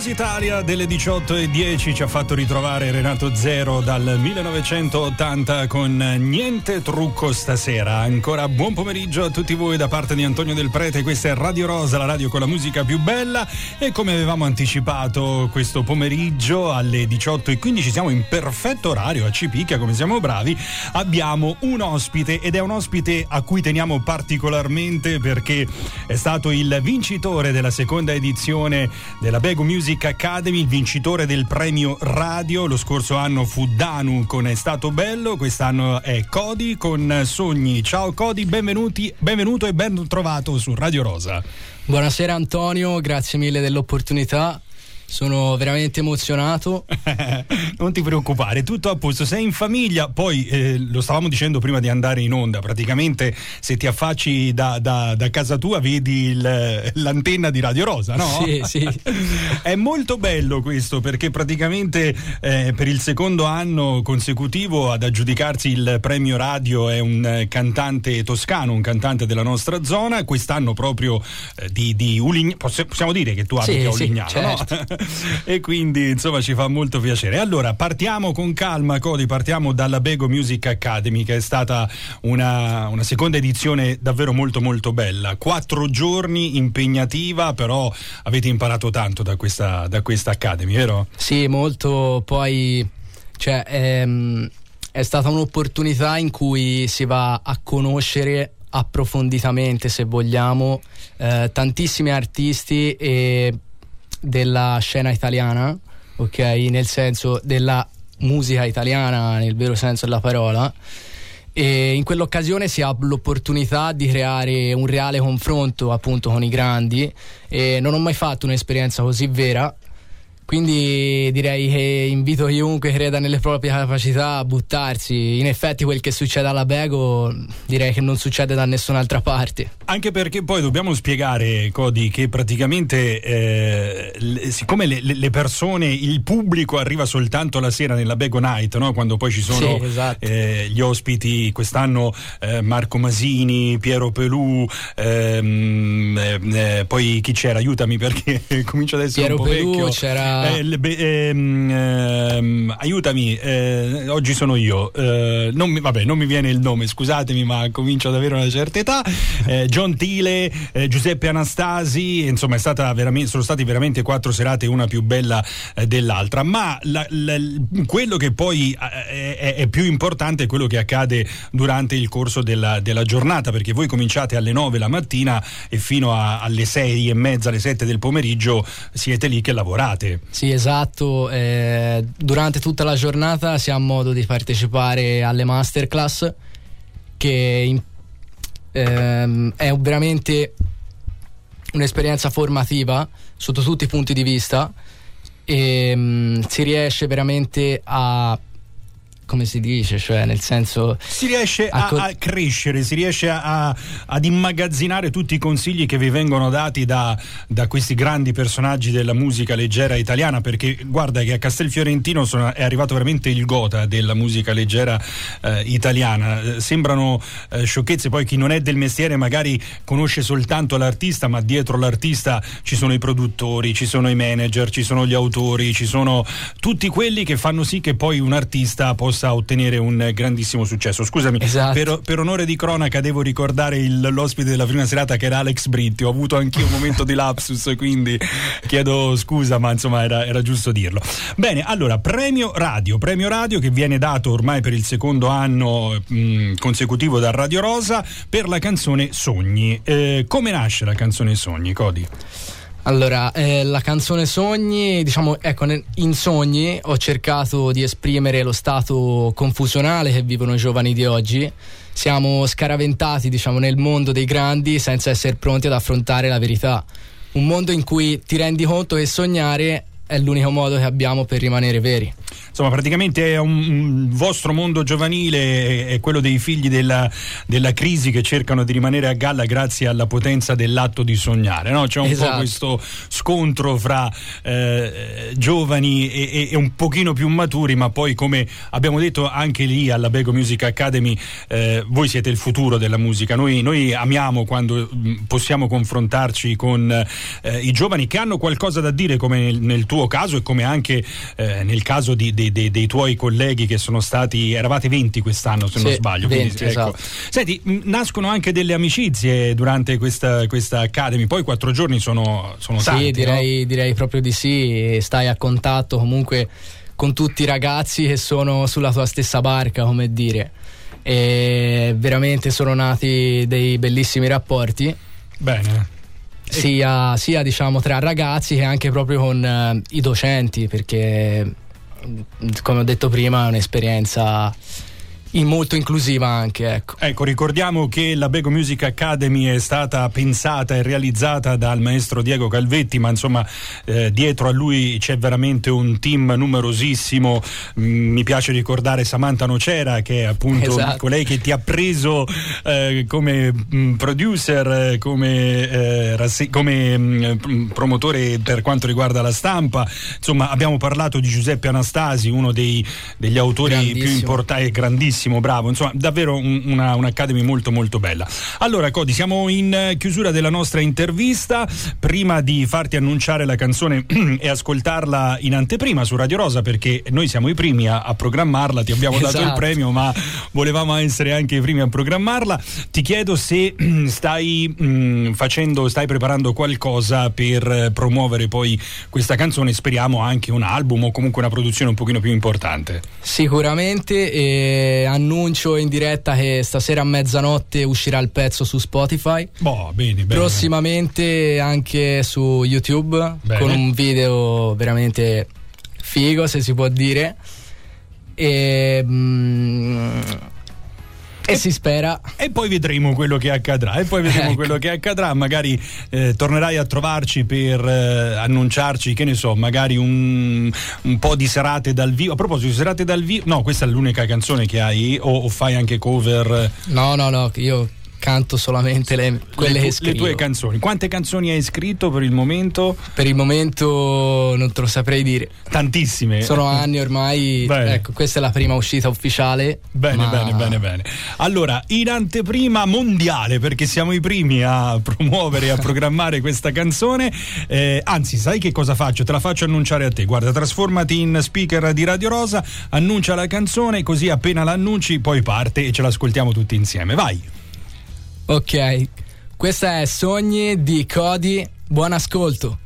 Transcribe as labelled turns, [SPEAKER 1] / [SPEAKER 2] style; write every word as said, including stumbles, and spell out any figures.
[SPEAKER 1] House Italia delle diciotto e dieci ci ha fatto ritrovare Renato Zero dal millenovecentottanta con Niente trucco stasera. Ancora buon pomeriggio a tutti voi da parte di Antonio Del Prete. Questa è Radio Rosa, la radio con la musica più bella, e come avevamo anticipato questo pomeriggio alle diciotto e quindici siamo in perfetto orario, a Cipicchia, come siamo bravi. Abbiamo un ospite, ed è un ospite a cui teniamo particolarmente perché è stato il vincitore della seconda edizione della Bego Music Academy, il vincitore del premio radio. Lo scorso anno fu Danu con È stato bello, quest'anno è Cody con Sogni. Ciao Cody, benvenuti, benvenuto e ben trovato su Radio Rosa.
[SPEAKER 2] Buonasera Antonio, grazie mille dell'opportunità. Sono veramente emozionato.
[SPEAKER 1] Non ti preoccupare, tutto a posto, sei in famiglia. Poi eh, lo stavamo dicendo prima di andare in onda, praticamente se ti affacci da, da, da casa tua vedi il, l'antenna di Radio Rosa, no?
[SPEAKER 2] Sì, sì.
[SPEAKER 1] È molto bello questo perché praticamente eh, per il secondo anno consecutivo ad aggiudicarsi il premio radio è un cantante toscano, un cantante della nostra zona, quest'anno proprio eh, di, di Ulignano. Possiamo dire che tu abiti
[SPEAKER 2] sì,
[SPEAKER 1] a Ulignano,
[SPEAKER 2] sì, certo.
[SPEAKER 1] No? E quindi insomma ci fa molto piacere. Allora partiamo con calma, Cody, partiamo dalla Bego Music Academy, che è stata una, una seconda edizione davvero molto molto bella, quattro giorni impegnativa, però avete imparato tanto da questa, da questa Academy, vero?
[SPEAKER 2] Sì, molto. Poi cioè ehm, è stata un'opportunità in cui si va a conoscere approfonditamente, se vogliamo, eh, tantissimi artisti e della scena italiana, ok, nel senso della musica italiana nel vero senso della parola, e in quell'occasione si ha l'opportunità di creare un reale confronto appunto con i grandi, e non ho mai fatto un'esperienza così vera, quindi direi che invito chiunque creda nelle proprie capacità a buttarsi. In effetti quel che succede alla Bego direi che non succede da nessun'altra parte,
[SPEAKER 1] anche perché poi dobbiamo spiegare, Cody, che praticamente eh, le, siccome le, le persone, il pubblico arriva soltanto la sera nella Bego Night, no? Quando poi ci sono
[SPEAKER 2] sì, esatto.
[SPEAKER 1] eh, gli ospiti, quest'anno eh, Marco Masini, Piero Pelù, ehm, eh, poi chi c'era? Aiutami perché comincio ad essere
[SPEAKER 2] Piero
[SPEAKER 1] un po'
[SPEAKER 2] Pelù,
[SPEAKER 1] vecchio.
[SPEAKER 2] c'era
[SPEAKER 1] Eh, le, ehm, ehm, aiutami, eh, oggi sono io, eh, non mi, vabbè, non mi viene il nome, scusatemi, ma comincio ad avere una certa età. eh, John Tile, eh, Giuseppe Anastasi, insomma è stata veramente, sono stati veramente quattro serate, una più bella eh, dell'altra, ma la, la, quello che poi eh, è, è più importante è quello che accade durante il corso della, della giornata, perché voi cominciate alle nove la mattina e fino a, alle sei e mezza, alle sette del pomeriggio siete lì che lavorate.
[SPEAKER 2] Sì, esatto. Eh, durante tutta la giornata si ha modo di partecipare alle masterclass, che in, ehm, è veramente un'esperienza formativa sotto tutti i punti di vista, e um, si riesce veramente a, come si dice, cioè nel senso
[SPEAKER 1] si riesce a,
[SPEAKER 2] co-
[SPEAKER 1] a crescere, si riesce a, a, ad immagazzinare tutti i consigli che vi vengono dati da, da questi grandi personaggi della musica leggera italiana, perché guarda che a Castelfiorentino sono, è arrivato veramente il gotha della musica leggera eh, italiana. Eh, sembrano eh, sciocchezze, poi chi non è del mestiere magari conosce soltanto l'artista, ma dietro l'artista ci sono i produttori, ci sono i manager, ci sono gli autori, ci sono tutti quelli che fanno sì che poi un artista possa a ottenere un grandissimo successo. Scusami,
[SPEAKER 2] esatto.
[SPEAKER 1] per, per onore di cronaca devo ricordare il, l'ospite della prima serata, che era Alex Britti. Ho avuto anch'io un momento di lapsus, quindi chiedo scusa, ma insomma era, era giusto dirlo. Bene, allora, premio radio premio radio che viene dato ormai per il secondo anno mh, consecutivo da Radio Rosa per la canzone Sogni. Eh, come nasce la canzone Sogni, Cody?
[SPEAKER 2] Allora, eh, la canzone Sogni, diciamo, ecco, in Sogni ho cercato di esprimere lo stato confusionale che vivono i giovani di oggi. Siamo scaraventati, diciamo, nel mondo dei grandi senza essere pronti ad affrontare la verità. Un mondo in cui ti rendi conto che sognare è l'unico modo che abbiamo per rimanere veri.
[SPEAKER 1] insomma praticamente è un, un vostro mondo giovanile, è quello dei figli della, della crisi che cercano di rimanere a galla grazie alla potenza dell'atto di sognare, no? C'è un esatto. po' questo scontro fra eh, giovani e, e un pochino più maturi, ma poi, come abbiamo detto anche lì alla Bego Music Academy, eh, voi siete il futuro della musica. Noi, noi amiamo quando mh, possiamo confrontarci con eh, i giovani che hanno qualcosa da dire, come nel, nel tuo caso e come anche eh, nel caso di, di, di, dei tuoi colleghi che sono stati, eravate venti quest'anno se sì, non sbaglio,
[SPEAKER 2] venti,
[SPEAKER 1] quindi,
[SPEAKER 2] esatto.
[SPEAKER 1] ecco. Senti, mh, nascono anche delle amicizie durante questa, questa Academy, poi quattro giorni sono, sono
[SPEAKER 2] sì,
[SPEAKER 1] tanti,
[SPEAKER 2] direi,
[SPEAKER 1] no?
[SPEAKER 2] direi proprio di sì, stai a contatto comunque con tutti i ragazzi che sono sulla tua stessa barca, come dire, e veramente sono nati dei bellissimi rapporti.
[SPEAKER 1] Bene.
[SPEAKER 2] Sia, sia diciamo tra ragazzi che anche proprio con uh, i docenti, perché come ho detto prima è un'esperienza molto inclusiva anche, ecco.
[SPEAKER 1] Ecco, ricordiamo che la Bego Music Academy è stata pensata e realizzata dal maestro Diego Calvetti, ma insomma eh, dietro a lui c'è veramente un team numerosissimo. Mm, mi piace ricordare Samantha Nocera, che è appunto esatto. colei che ti ha preso eh, come mh, producer, eh, come, eh, rassi- come mh, promotore per quanto riguarda la stampa. Insomma, abbiamo parlato di Giuseppe Anastasi, uno dei, degli autori più importanti, grandissimo, bravo, insomma davvero un, una, un'Academy molto molto bella. Allora Cody, siamo in chiusura della nostra intervista. Prima di farti annunciare la canzone e ascoltarla in anteprima su Radio Rosa, perché noi siamo i primi a, a programmarla, ti abbiamo dato esatto. il premio, ma volevamo essere anche i primi a programmarla, ti chiedo se stai mh, facendo, stai preparando qualcosa per promuovere poi questa canzone, speriamo anche un album o comunque una produzione un pochino più importante.
[SPEAKER 2] Sicuramente, e annuncio in diretta che stasera a mezzanotte uscirà il pezzo su Spotify.
[SPEAKER 1] Boh, bene, bene.
[SPEAKER 2] Prossimamente anche su YouTube, bene. Con un video veramente figo, se si può dire. E, mm, e, e si spera.
[SPEAKER 1] E poi vedremo quello che accadrà. E poi vedremo ecco. quello che accadrà. Magari eh, tornerai a trovarci per eh, annunciarci, che ne so, magari un, un po' di serate dal vivo. A proposito di serate dal vivo, no, questa è l'unica canzone che hai, o, o fai anche cover?
[SPEAKER 2] No, no, no, io canto solamente le, quelle
[SPEAKER 1] le, tu,
[SPEAKER 2] che scrivo.
[SPEAKER 1] Le tue canzoni. Quante canzoni hai scritto per il momento?
[SPEAKER 2] Per il momento non te lo saprei dire.
[SPEAKER 1] Tantissime.
[SPEAKER 2] Sono anni ormai. Bene. Ecco, questa è la prima uscita ufficiale.
[SPEAKER 1] Bene,
[SPEAKER 2] ma...
[SPEAKER 1] bene, bene, bene. Allora, in anteprima mondiale, perché siamo i primi a promuovere e a programmare questa canzone. Eh, anzi, sai che cosa faccio? Te la faccio annunciare a te. Guarda, trasformati in speaker di Radio Rosa, annuncia la canzone, così appena l'annunci poi parte e ce l'ascoltiamo tutti insieme. Vai.
[SPEAKER 2] Ok, questa è Sogni di Cody, buon ascolto.